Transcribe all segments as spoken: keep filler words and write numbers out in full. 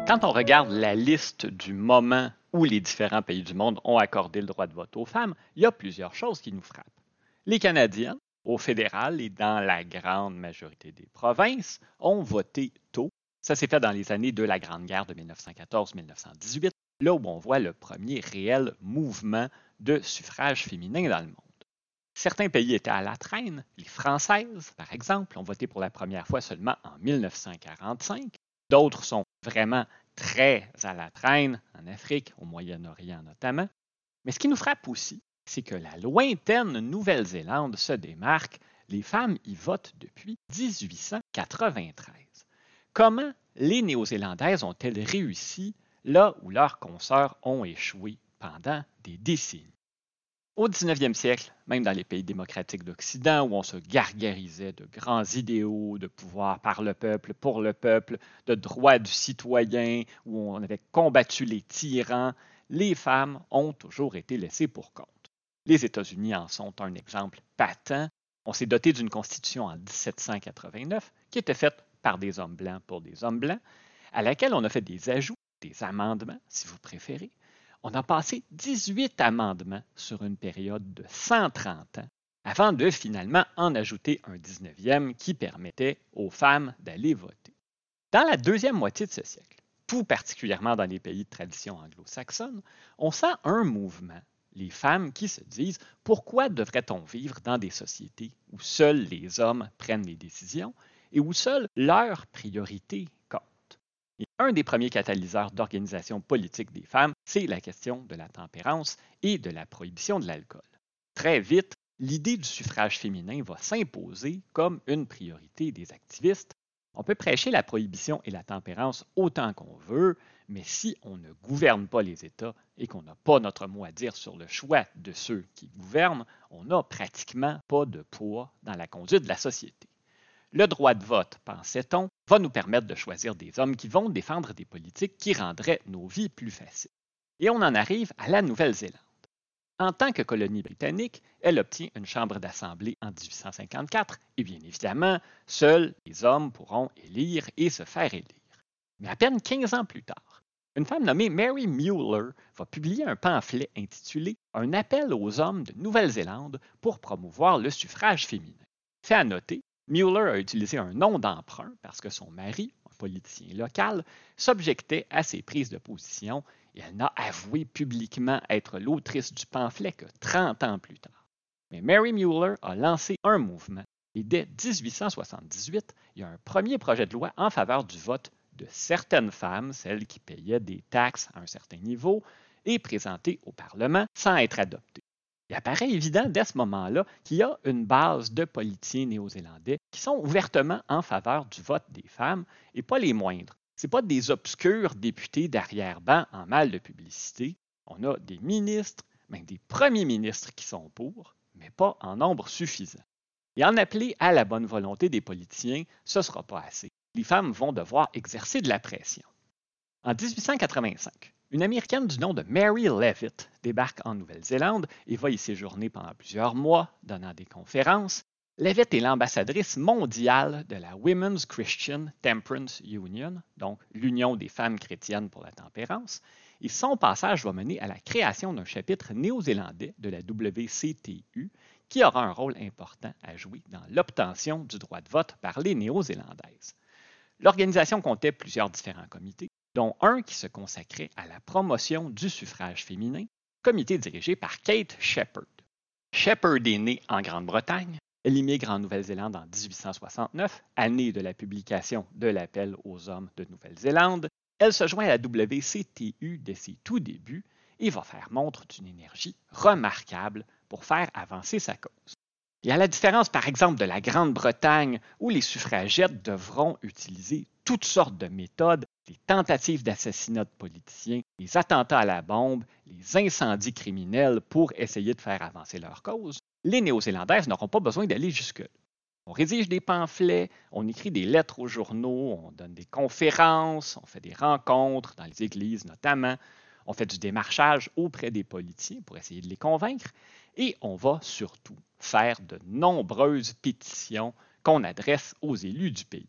Quand on regarde la liste du moment où les différents pays du monde ont accordé le droit de vote aux femmes, il y a plusieurs choses qui nous frappent. Les Canadiens, au fédéral et dans la grande majorité des provinces, ont voté tôt. Ça s'est fait dans les années de la Grande Guerre de mille neuf cent quatorze à mille neuf cent dix-huit, là où on voit le premier réel mouvement de suffrage féminin dans le monde. Certains pays étaient à la traîne. Les Françaises, par exemple, ont voté pour la première fois seulement en mille neuf cent quarante-cinq. D'autres sont vraiment très à la traîne, en Afrique, au Moyen-Orient notamment. Mais ce qui nous frappe aussi, c'est que la lointaine Nouvelle-Zélande se démarque. Les femmes y votent depuis dix-huit cent quatre-vingt-treize. Comment les Néo-Zélandaises ont-elles réussi là où leurs consoeurs ont échoué pendant des décennies? Au dix-neuvième siècle, même dans les pays démocratiques d'Occident, où on se gargarisait de grands idéaux de pouvoir par le peuple, pour le peuple, de droits du citoyen, où on avait combattu les tyrans, les femmes ont toujours été laissées pour compte. Les États-Unis en sont un exemple patent. On s'est doté d'une constitution en dix-sept cent quatre-vingt-neuf qui était faite par des hommes blancs pour des hommes blancs, à laquelle on a fait des ajouts, des amendements, si vous préférez. On a passé dix-huit amendements sur une période de cent trente ans avant de finalement en ajouter un dix-neuvième qui permettait aux femmes d'aller voter. Dans la deuxième moitié de ce siècle, tout particulièrement dans les pays de tradition anglo-saxonne, on sent un mouvement, les femmes qui se disent « Pourquoi devrait-on vivre dans des sociétés où seuls les hommes prennent les décisions et où seules leurs priorités comptent? » Et un des premiers catalyseurs d'organisation politique des femmes, c'est la question de la tempérance et de la prohibition de l'alcool. Très vite, l'idée du suffrage féminin va s'imposer comme une priorité des activistes. On peut prêcher la prohibition et la tempérance autant qu'on veut, mais si on ne gouverne pas les États et qu'on n'a pas notre mot à dire sur le choix de ceux qui gouvernent, on n'a pratiquement pas de poids dans la conduite de la société. Le droit de vote, pensait-on, va nous permettre de choisir des hommes qui vont défendre des politiques qui rendraient nos vies plus faciles. Et on en arrive à la Nouvelle-Zélande. En tant que colonie britannique, elle obtient une chambre d'assemblée en dix-huit cent cinquante-quatre et bien évidemment, seuls les hommes pourront élire et se faire élire. Mais à peine quinze ans plus tard, une femme nommée Mary Muller va publier un pamphlet intitulé « Un appel aux hommes de Nouvelle-Zélande pour promouvoir le suffrage féminin ». Fait à noter, Muller a utilisé un nom d'emprunt parce que son mari, un politicien local, s'objectait à ses prises de position et elle n'a avoué publiquement être l'autrice du pamphlet que trente ans plus tard. Mais Mary Muller a lancé un mouvement et dès dix-huit cent soixante-dix-huit, il y a un premier projet de loi en faveur du vote de certaines femmes, celles qui payaient des taxes à un certain niveau, et présenté au Parlement sans être adopté. Il apparaît évident dès ce moment-là qu'il y a une base de politiciens néo-zélandais qui sont ouvertement en faveur du vote des femmes et pas les moindres. Ce n'est pas des obscurs députés d'arrière-ban en mal de publicité. On a des ministres, même des premiers ministres qui sont pour, mais pas en nombre suffisant. Et en appeler à la bonne volonté des politiciens, ce ne sera pas assez. Les femmes vont devoir exercer de la pression. En dix-huit cent quatre-vingt-cinq, une Américaine du nom de Mary Leavitt débarque en Nouvelle-Zélande et va y séjourner pendant plusieurs mois, donnant des conférences. Leavitt est l'ambassadrice mondiale de la Women's Christian Temperance Union, donc l'Union des femmes chrétiennes pour la tempérance, et son passage va mener à la création d'un chapitre néo-zélandais de la W C T U qui aura un rôle important à jouer dans l'obtention du droit de vote par les Néo-Zélandaises. L'organisation comptait plusieurs différents comités, dont un qui se consacrait à la promotion du suffrage féminin, comité dirigé par Kate Shepherd. Shepherd est née en Grande-Bretagne. Elle immigre en Nouvelle-Zélande en dix-huit cent soixante-neuf, année de la publication de l'Appel aux hommes de Nouvelle-Zélande. Elle se joint à la W C T U dès ses tout débuts et va faire montre d'une énergie remarquable pour faire avancer sa cause. Et à la différence, par exemple, de la Grande-Bretagne, où les suffragettes devront utiliser toutes sortes de méthodes, les tentatives d'assassinat de politiciens, les attentats à la bombe, les incendies criminels pour essayer de faire avancer leur cause, les Néo-Zélandaises n'auront pas besoin d'aller jusque-là. On rédige des pamphlets, on écrit des lettres aux journaux, on donne des conférences, on fait des rencontres dans les églises notamment, on fait du démarchage auprès des politiciens pour essayer de les convaincre et on va surtout faire de nombreuses pétitions qu'on adresse aux élus du pays.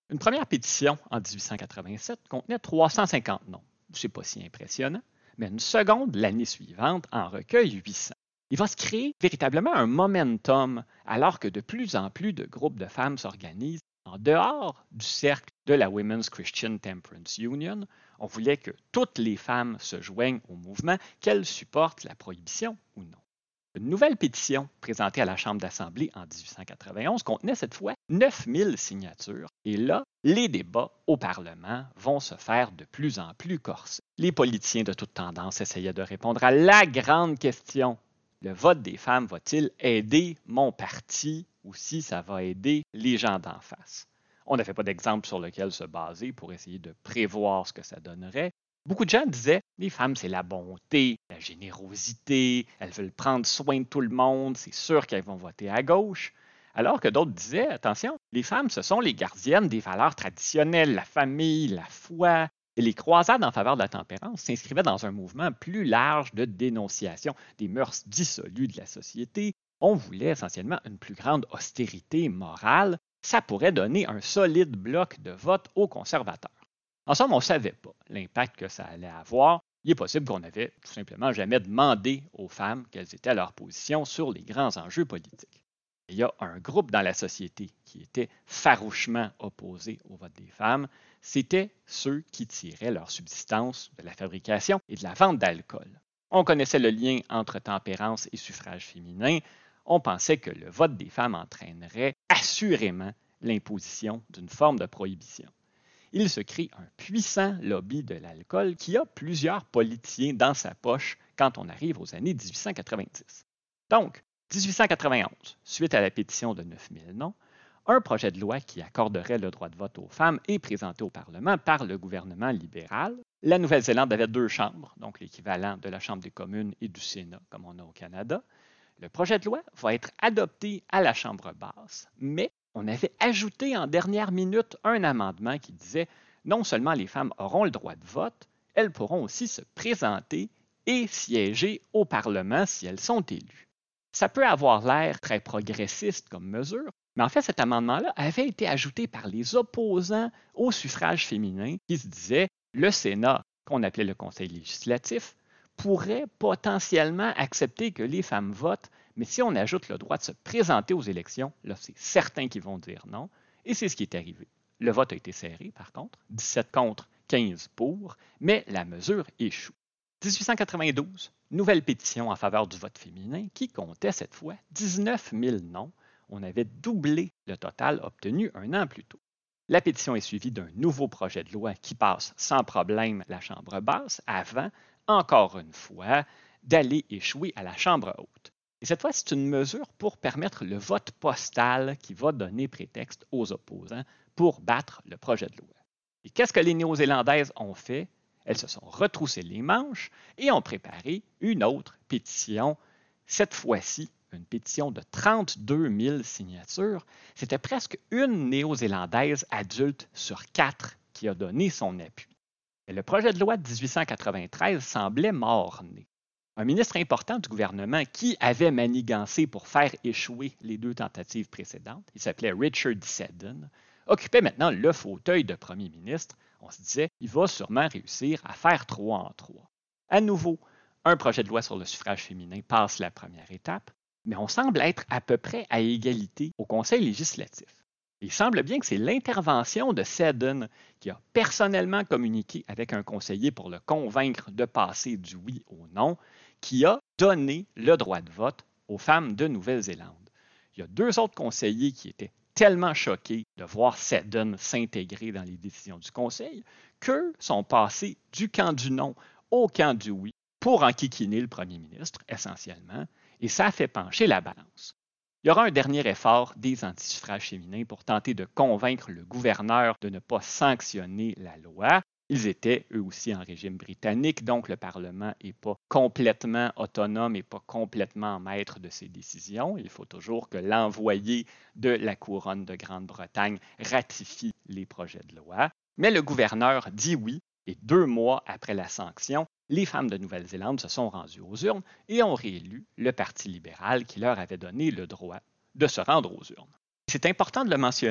Une première pétition en dix-huit cent quatre-vingt-sept contenait trois cent cinquante noms. C'est pas si impressionnant, mais une seconde l'année suivante en recueille huit cents. Il va se créer véritablement un momentum alors que de plus en plus de groupes de femmes s'organisent en dehors du cercle de la Women's Christian Temperance Union. On voulait que toutes les femmes se joignent au mouvement, qu'elles supportent la prohibition ou non. Une nouvelle pétition présentée à la Chambre d'Assemblée en dix-huit cent quatre-vingt-onze contenait cette fois neuf mille signatures. Et là, les débats au Parlement vont se faire de plus en plus corsés. Les politiciens de toute tendance essayaient de répondre à la grande question. Le vote des femmes va-t-il aider mon parti ou si ça va aider les gens d'en face? On n'avait pas d'exemple sur lequel se baser pour essayer de prévoir ce que ça donnerait. Beaucoup de gens disaient « les femmes, c'est la bonté, la générosité, elles veulent prendre soin de tout le monde, c'est sûr qu'elles vont voter à gauche ». Alors que d'autres disaient « attention, les femmes, ce sont les gardiennes des valeurs traditionnelles, la famille, la foi ». Et les croisades en faveur de la tempérance s'inscrivaient dans un mouvement plus large de dénonciation des mœurs dissolues de la société. On voulait essentiellement une plus grande austérité morale. Ça pourrait donner un solide bloc de vote aux conservateurs. En somme, on ne savait pas l'impact que ça allait avoir. Il est possible qu'on n'avait tout simplement jamais demandé aux femmes quelles étaient leurs positions sur les grands enjeux politiques. Il y a un groupe dans la société qui était farouchement opposé au vote des femmes. C'était ceux qui tiraient leur subsistance de la fabrication et de la vente d'alcool. On connaissait le lien entre tempérance et suffrage féminin. On pensait que le vote des femmes entraînerait assurément l'imposition d'une forme de prohibition. Il se crée un puissant lobby de l'alcool qui a plusieurs politiciens dans sa poche quand on arrive aux années dix-huit cent quatre-vingt-dix. Donc, dix-huit cent quatre-vingt-onze, suite à la pétition de neuf mille noms, un projet de loi qui accorderait le droit de vote aux femmes est présenté au Parlement par le gouvernement libéral. La Nouvelle-Zélande avait deux chambres, donc l'équivalent de la Chambre des communes et du Sénat, comme on a au Canada. Le projet de loi va être adopté à la Chambre basse, mais on avait ajouté en dernière minute un amendement qui disait non seulement les femmes auront le droit de vote, elles pourront aussi se présenter et siéger au Parlement si elles sont élues. Ça peut avoir l'air très progressiste comme mesure, mais en fait cet amendement-là avait été ajouté par les opposants au suffrage féminin qui se disaient le Sénat, qu'on appelait le Conseil législatif, pourrait potentiellement accepter que les femmes votent, mais si on ajoute le droit de se présenter aux élections, là, c'est certain qu'ils vont dire non. Et c'est ce qui est arrivé. Le vote a été serré, par contre, dix-sept contre, quinze pour, mais la mesure échoue. dix-huit cent quatre-vingt-douze, nouvelle pétition en faveur du vote féminin qui comptait cette fois dix-neuf mille noms. On avait doublé le total obtenu un an plus tôt. La pétition est suivie d'un nouveau projet de loi qui passe sans problème la Chambre basse avant, encore une fois, d'aller échouer à la Chambre haute. Et cette fois, c'est une mesure pour permettre le vote postal qui va donner prétexte aux opposants pour battre le projet de loi. Et qu'est-ce que les Néo-Zélandaises ont fait? Elles se sont retroussées les manches et ont préparé une autre pétition, cette fois-ci une pétition de trente-deux mille signatures. C'était presque une Néo-Zélandaise adulte sur quatre qui a donné son appui. Mais le projet de loi de dix-huit cent quatre-vingt-treize semblait mort-né. Un ministre important du gouvernement qui avait manigancé pour faire échouer les deux tentatives précédentes, il s'appelait Richard Seddon, occupait maintenant le fauteuil de premier ministre. On se disait, il va sûrement réussir à faire trois en trois. À nouveau, un projet de loi sur le suffrage féminin passe la première étape, mais on semble être à peu près à égalité au Conseil législatif. Il semble bien que c'est l'intervention de Seddon qui a personnellement communiqué avec un conseiller pour le convaincre de passer du oui au non, qui a donné le droit de vote aux femmes de Nouvelle-Zélande. Il y a deux autres conseillers qui étaient tellement choqués de voir Seddon s'intégrer dans les décisions du Conseil qu'eux sont passés du camp du non au camp du oui pour enquiquiner le premier ministre, essentiellement, et ça a fait pencher la balance. Il y aura un dernier effort des antisuffrages féminins pour tenter de convaincre le gouverneur de ne pas sanctionner la loi. Ils étaient eux aussi en régime britannique, donc le Parlement n'est pas complètement autonome et pas complètement maître de ses décisions. Il faut toujours que l'envoyé de la couronne de Grande-Bretagne ratifie les projets de loi. Mais le gouverneur dit oui, et deux mois après la sanction, les femmes de Nouvelle-Zélande se sont rendues aux urnes et ont réélu le Parti libéral qui leur avait donné le droit de se rendre aux urnes. C'est important de le mentionner,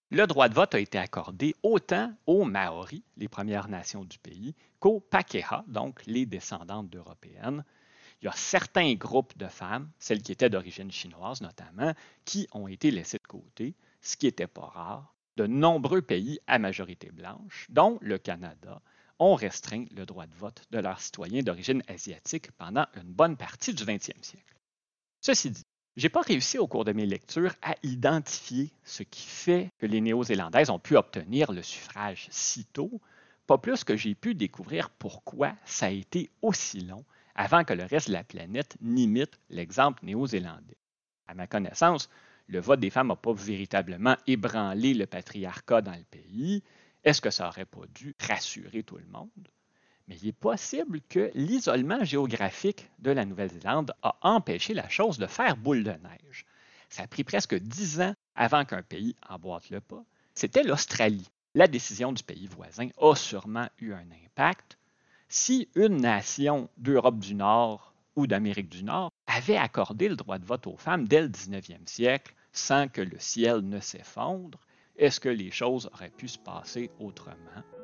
le droit de vote a été accordé autant aux Maoris, les Premières Nations du pays, qu'aux Pakeha, donc les descendantes d'Européennes. Il y a certains groupes de femmes, celles qui étaient d'origine chinoise notamment, qui ont été laissées de côté, ce qui n'était pas rare. De nombreux pays à majorité blanche, dont le Canada, ont restreint le droit de vote de leurs citoyens d'origine asiatique pendant une bonne partie du vingtième siècle. Ceci dit, je n'ai pas réussi au cours de mes lectures à identifier ce qui fait que les Néo-Zélandaises ont pu obtenir le suffrage si tôt, pas plus que j'ai pu découvrir pourquoi ça a été aussi long avant que le reste de la planète n'imite l'exemple néo-zélandais. À ma connaissance, le vote des femmes n'a pas véritablement ébranlé le patriarcat dans le pays. Est-ce que ça n'aurait pas dû rassurer tout le monde? Mais il est possible que l'isolement géographique de la Nouvelle-Zélande a empêché la chose de faire boule de neige. Ça a pris presque dix ans avant qu'un pays emboîte le pas. C'était l'Australie. La décision du pays voisin a sûrement eu un impact. Si une nation d'Europe du Nord ou d'Amérique du Nord avait accordé le droit de vote aux femmes dès le dix-neuvième siècle sans que le ciel ne s'effondre, est-ce que les choses auraient pu se passer autrement?